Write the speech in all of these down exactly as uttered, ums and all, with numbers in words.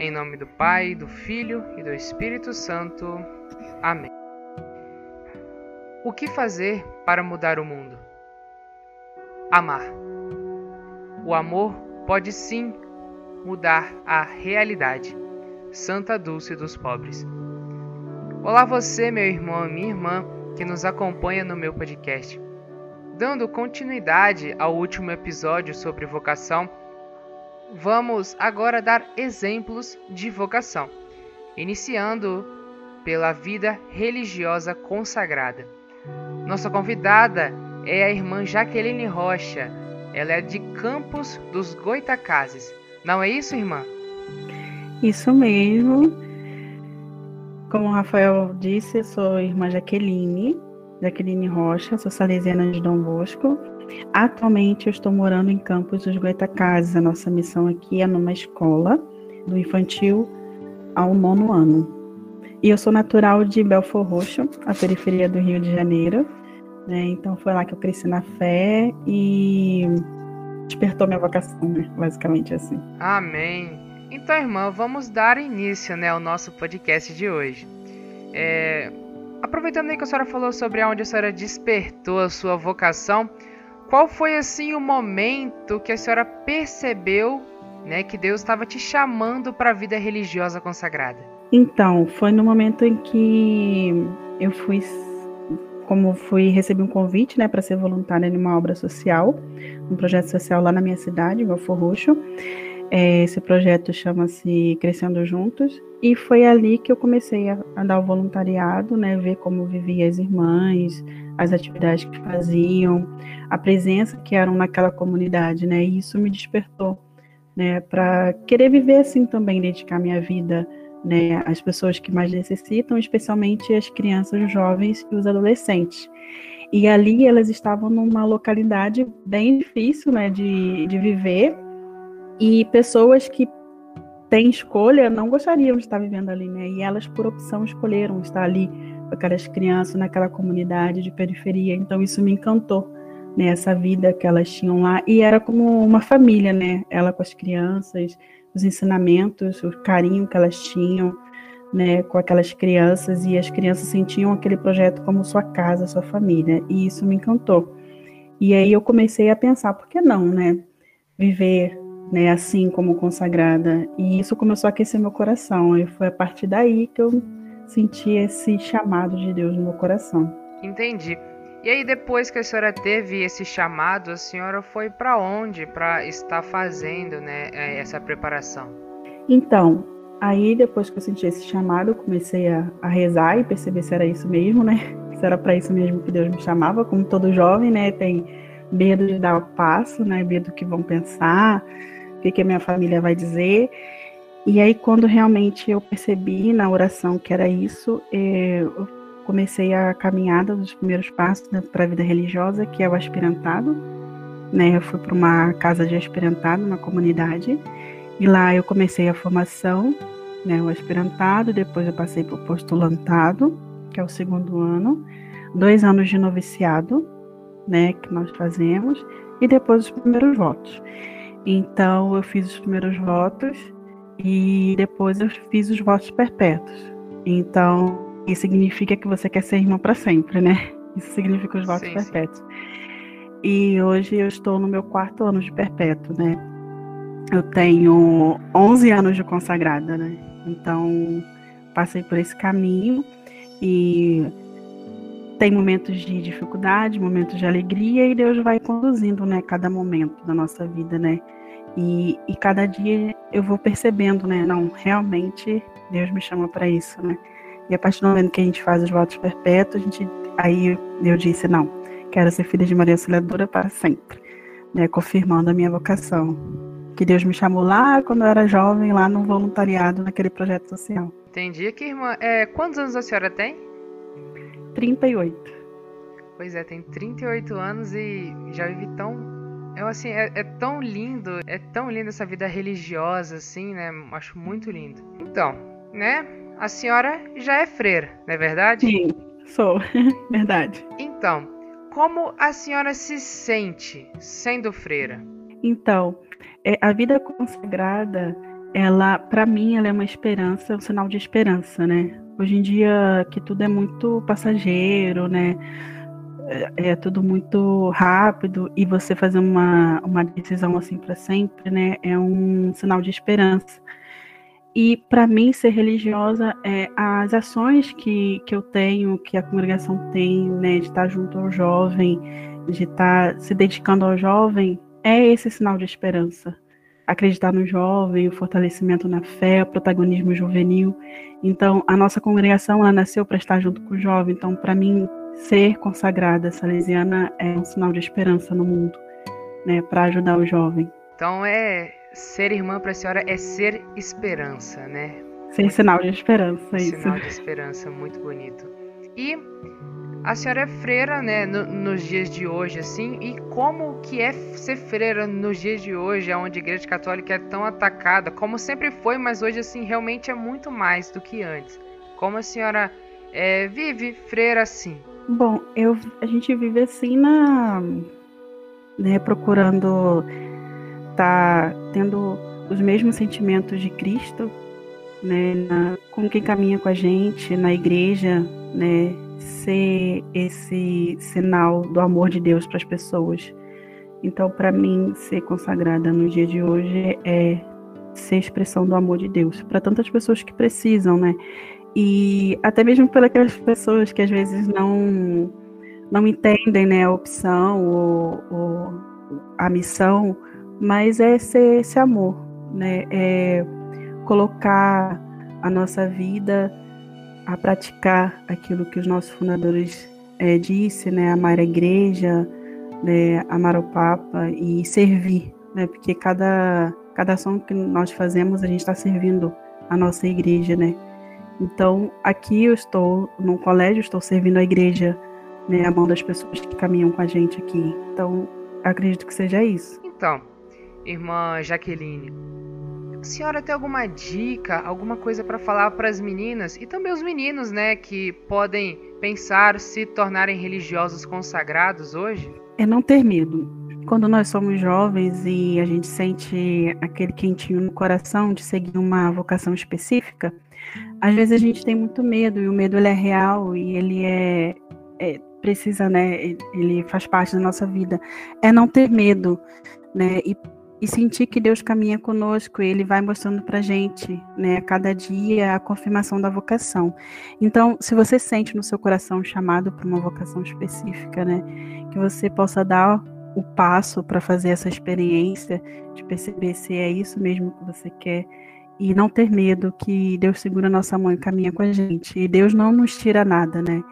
Em nome do Pai, do Filho e do Espírito Santo. Amém. O que fazer para mudar o mundo? Amar. O amor pode sim mudar a realidade. Santa Dulce dos Pobres. Olá você, meu irmão e minha irmã, que nos acompanha no meu podcast. Dando continuidade ao último episódio sobre vocação, vamos agora dar exemplos de vocação, iniciando pela vida religiosa consagrada. Nossa convidada é a irmã Jaqueline Rocha. Ela é de Campos dos Goytacazes. Não é isso, irmã? Isso mesmo. Como o Rafael disse, eu sou irmã Jaqueline, Jaqueline Rocha, sou salesiana de Dom Bosco. Atualmente eu estou morando em Campos dos Goytacazes. A nossa missão aqui é numa escola, do infantil ao nono ano. E eu sou natural de Belford Roxo, a periferia do Rio de Janeiro. Né? Então foi lá que eu cresci na fé e despertou minha vocação, né? Basicamente assim. Amém. Então, irmã, vamos dar início, né, ao nosso podcast de hoje. É... Aproveitando aí que a senhora falou sobre onde a senhora despertou a sua vocação, qual foi, assim, o momento que a senhora percebeu, né, que Deus estava te chamando para a vida religiosa consagrada? Então, foi no momento em que eu fui, como fui, recebi um convite, né, para ser voluntária em uma obra social, um projeto social lá na minha cidade, em Belford Roxo. É, esse projeto chama-se Crescendo Juntos, e foi ali que eu comecei a, a dar o voluntariado, né, ver como viviam as irmãs, as atividades que faziam, a presença que eram naquela comunidade, né, e isso me despertou, né, para querer viver assim também, dedicar minha vida, né, às pessoas que mais necessitam, especialmente as crianças, os jovens e os adolescentes. E ali elas estavam numa localidade bem difícil, né, de, de viver, e pessoas que têm escolha não gostariam de estar vivendo ali, né? E elas, por opção, escolheram estar ali com aquelas crianças, naquela comunidade de periferia. Então, isso me encantou, né? Essa vida que elas tinham lá. E era como uma família, né? Ela com as crianças, os ensinamentos, o carinho que elas tinham, né? Com aquelas crianças. E as crianças sentiam aquele projeto como sua casa, sua família. E isso me encantou. E aí eu comecei a pensar, por que não, né? Viver, né, assim como consagrada, e isso começou a aquecer meu coração, e foi a partir daí que eu senti esse chamado de Deus no meu coração. Entendi. E aí, depois que a senhora teve esse chamado, a senhora foi para onde para estar fazendo, né, essa preparação? Então, aí depois que eu senti esse chamado, eu comecei a, a rezar e perceber se era isso mesmo, né, se era para isso mesmo que Deus me chamava. Como todo jovem, né, tem medo de dar o passo, né, medo do que vão pensar, o que, que a minha família vai dizer. E aí, quando realmente eu percebi na oração que era isso, eu comecei a caminhada dos primeiros passos, né, para a vida religiosa, que é o aspirantado. Né? Eu fui para uma casa de aspirantado, uma comunidade, e lá eu comecei a formação, né, o aspirantado, depois eu passei para o postulantado, que é o segundo ano, dois anos de noviciado, né, que nós fazemos, e depois os primeiros votos. Então, eu fiz os primeiros votos e depois eu fiz os votos perpétuos. Então, isso significa que você quer ser irmã para sempre, né? Isso significa os votos sim, perpétuos. Sim. E hoje eu estou no meu quarto ano de perpétuo, né? Eu tenho onze anos de consagrada, né? Então, passei por esse caminho e tem momentos de dificuldade, momentos de alegria, e Deus vai conduzindo, né, cada momento da nossa vida, né? E, e cada dia eu vou percebendo, né? Não, realmente Deus me chama para isso, né? E a partir do momento que a gente faz os votos perpétuos, a gente, aí eu disse, não, quero ser filha de Maria Auxiliadora para sempre, né? Confirmando a minha vocação. Que Deus me chamou lá quando eu era jovem, lá no voluntariado, naquele projeto social. Entendi. Aqui, irmã, é, quantos anos a senhora tem? trinta e oito. Pois é, tem trinta e oito anos e já vive tão... Eu, assim, é, é tão lindo, é tão lindo essa vida religiosa, assim, né? Acho muito lindo. Então, né? A senhora já é freira, não é verdade? Sim, sou. Verdade. Então, como a senhora se sente sendo freira? Então, é, a vida consagrada, ela, para mim, ela é uma esperança, um sinal de esperança, né? Hoje em dia, que tudo é muito passageiro, né? É, é tudo muito rápido e você fazer uma, uma decisão assim para sempre, né? É um sinal de esperança. E para mim, ser religiosa é as ações que, que eu tenho, que a congregação tem, né? De estar junto ao jovem, de estar se dedicando ao jovem, é esse sinal de esperança. Acreditar no jovem, o fortalecimento na fé, o protagonismo juvenil. Então, a nossa congregação, ela nasceu para estar junto com o jovem. Então, para mim, ser consagrada salesiana é um sinal de esperança no mundo, né, para ajudar o jovem. Então, é ser irmã para a senhora é ser esperança, né? Ser muito, sinal de esperança, isso. Sinal de esperança, muito bonito. E a senhora é freira, né, no, nos dias de hoje, assim, e como que é ser freira nos dias de hoje, onde a Igreja Católica é tão atacada, como sempre foi, mas hoje, assim, realmente é muito mais do que antes. Como a senhora é, vive freira assim? Bom, eu, a gente vive assim na, né, procurando estar tá tendo os mesmos sentimentos de Cristo, né, na, com quem caminha com a gente, na igreja, né, ser esse sinal do amor de Deus para as pessoas. Então, para mim, ser consagrada no dia de hoje é ser expressão do amor de Deus para tantas pessoas que precisam, né? E até mesmo para aquelas pessoas que às vezes não não entendem, né, a opção ou, ou a missão, mas é ser esse amor, né? É colocar a nossa vida a praticar aquilo que os nossos fundadores é, disse, né? Amar a igreja, né? Amar o Papa e servir, né? Porque cada, cada ação que nós fazemos, a gente está servindo a nossa igreja, né? Então, aqui eu estou num colégio, estou servindo a igreja, né? A mão das pessoas que caminham com a gente aqui. Então, acredito que seja isso. Então, irmã Jaqueline, a senhora tem alguma dica, alguma coisa para falar para as meninas e também os meninos, né, que podem pensar se tornarem religiosos consagrados hoje? É não ter medo. Quando nós somos jovens e a gente sente aquele quentinho no coração de seguir uma vocação específica, às vezes a gente tem muito medo e o medo ele é real e ele é, é precisa, né, ele faz parte da nossa vida. É não ter medo, né, e E sentir que Deus caminha conosco, Ele vai mostrando para a gente, né, a cada dia, a confirmação da vocação. Então, se você sente no seu coração um chamado para uma vocação específica, né, que você possa dar o passo para fazer essa experiência, de perceber se é isso mesmo que você quer, e não ter medo, que Deus segura a nossa mão e caminha com a gente. E Deus não nos tira nada, né?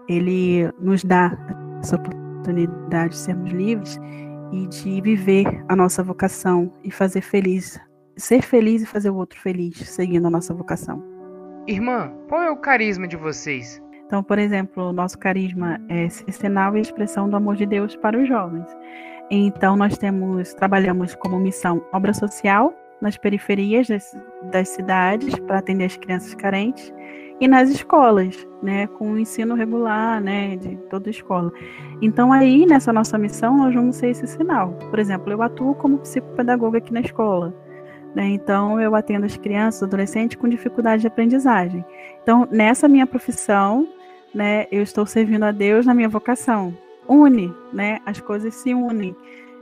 Ele nos dá essa oportunidade de sermos livres e de viver a nossa vocação e fazer feliz, ser feliz e fazer o outro feliz, seguindo a nossa vocação. Irmã, qual é o carisma de vocês? Então, por exemplo, o nosso carisma é ser sinal e expressão do amor de Deus para os jovens. Então, nós temos, trabalhamos como missão obra social nas periferias das, das cidades para atender as crianças carentes e nas escolas, né, com o ensino regular, né, de toda a escola. Então, aí, nessa nossa missão, nós vamos ser esse sinal. Por exemplo, eu atuo como psicopedagoga aqui na escola, né, então eu atendo as crianças, adolescentes com dificuldade de aprendizagem. Então, nessa minha profissão, né, eu estou servindo a Deus na minha vocação. Une, né, as coisas se unem.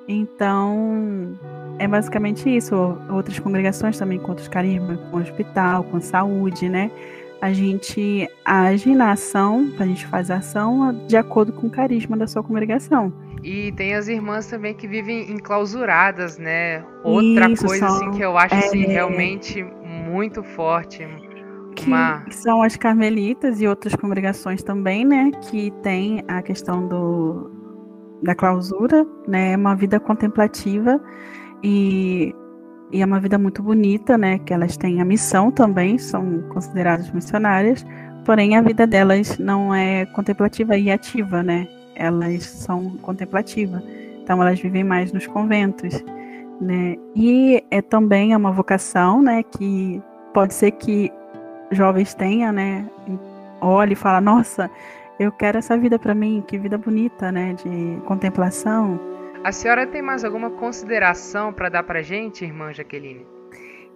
Então, é basicamente isso. Outras congregações também com outros carismas, com hospital, com saúde, né, a gente age na ação, a gente faz a ação de acordo com o carisma da sua congregação. E tem as irmãs também que vivem enclausuradas, né? Outra Isso, coisa são, assim que eu acho é, assim, realmente muito forte. Que uma... são as carmelitas e outras congregações também, né? Que tem a questão do, da clausura, né? É uma vida contemplativa e... E é uma vida muito bonita, né? Que elas têm a missão também, são consideradas missionárias, porém a vida delas não é contemplativa e ativa, né? Elas são contemplativas, então elas vivem mais nos conventos, né? E é também uma vocação, né? Que pode ser que jovens tenham, né? Olhe e fala, nossa, eu quero essa vida para mim, que vida bonita, né? De contemplação. A senhora tem mais alguma consideração para dar para a gente, irmã Jaqueline?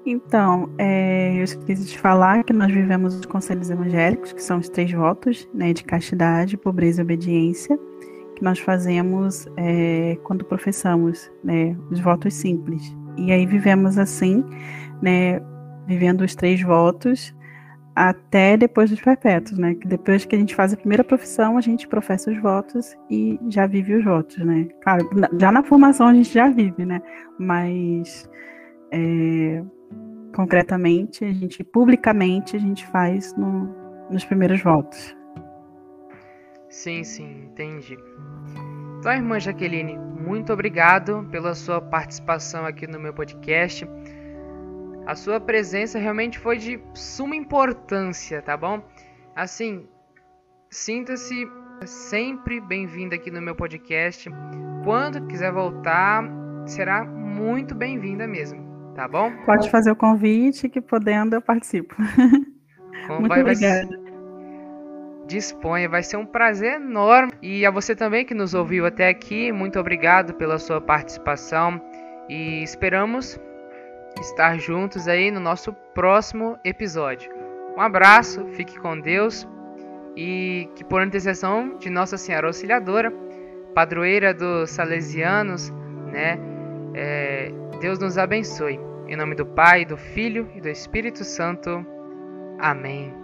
Então, é, eu esqueci de falar que nós vivemos os conselhos evangélicos, que são os três votos, né, de castidade, pobreza e obediência, que nós fazemos é, quando professamos, né, os votos simples. E aí vivemos assim, né, vivendo os três votos até depois dos perpétuos, né, que depois que a gente faz a primeira profissão, a gente professa os votos e já vive os votos, né. Claro, já na formação a gente já vive, né, mas é, concretamente, a gente, publicamente, a gente faz no, nos primeiros votos. Sim, sim, entendi. Então, irmã Jaqueline, muito obrigado pela sua participação aqui no meu podcast. A sua presença realmente foi de suma importância, tá bom? Assim, sinta-se sempre bem-vinda aqui no meu podcast. Quando quiser voltar, será muito bem-vinda mesmo, tá bom? Pode fazer o convite que podendo eu participo. Como Muito vai, obrigada. Vai... Disponha, vai ser um prazer enorme. E a você também que nos ouviu até aqui, muito obrigado pela sua participação. E esperamos estar juntos aí no nosso próximo episódio. Um abraço, fique com Deus e que por intercessão de Nossa Senhora Auxiliadora, padroeira dos salesianos, né, é, Deus nos abençoe. Em nome do Pai, do Filho e do Espírito Santo. Amém.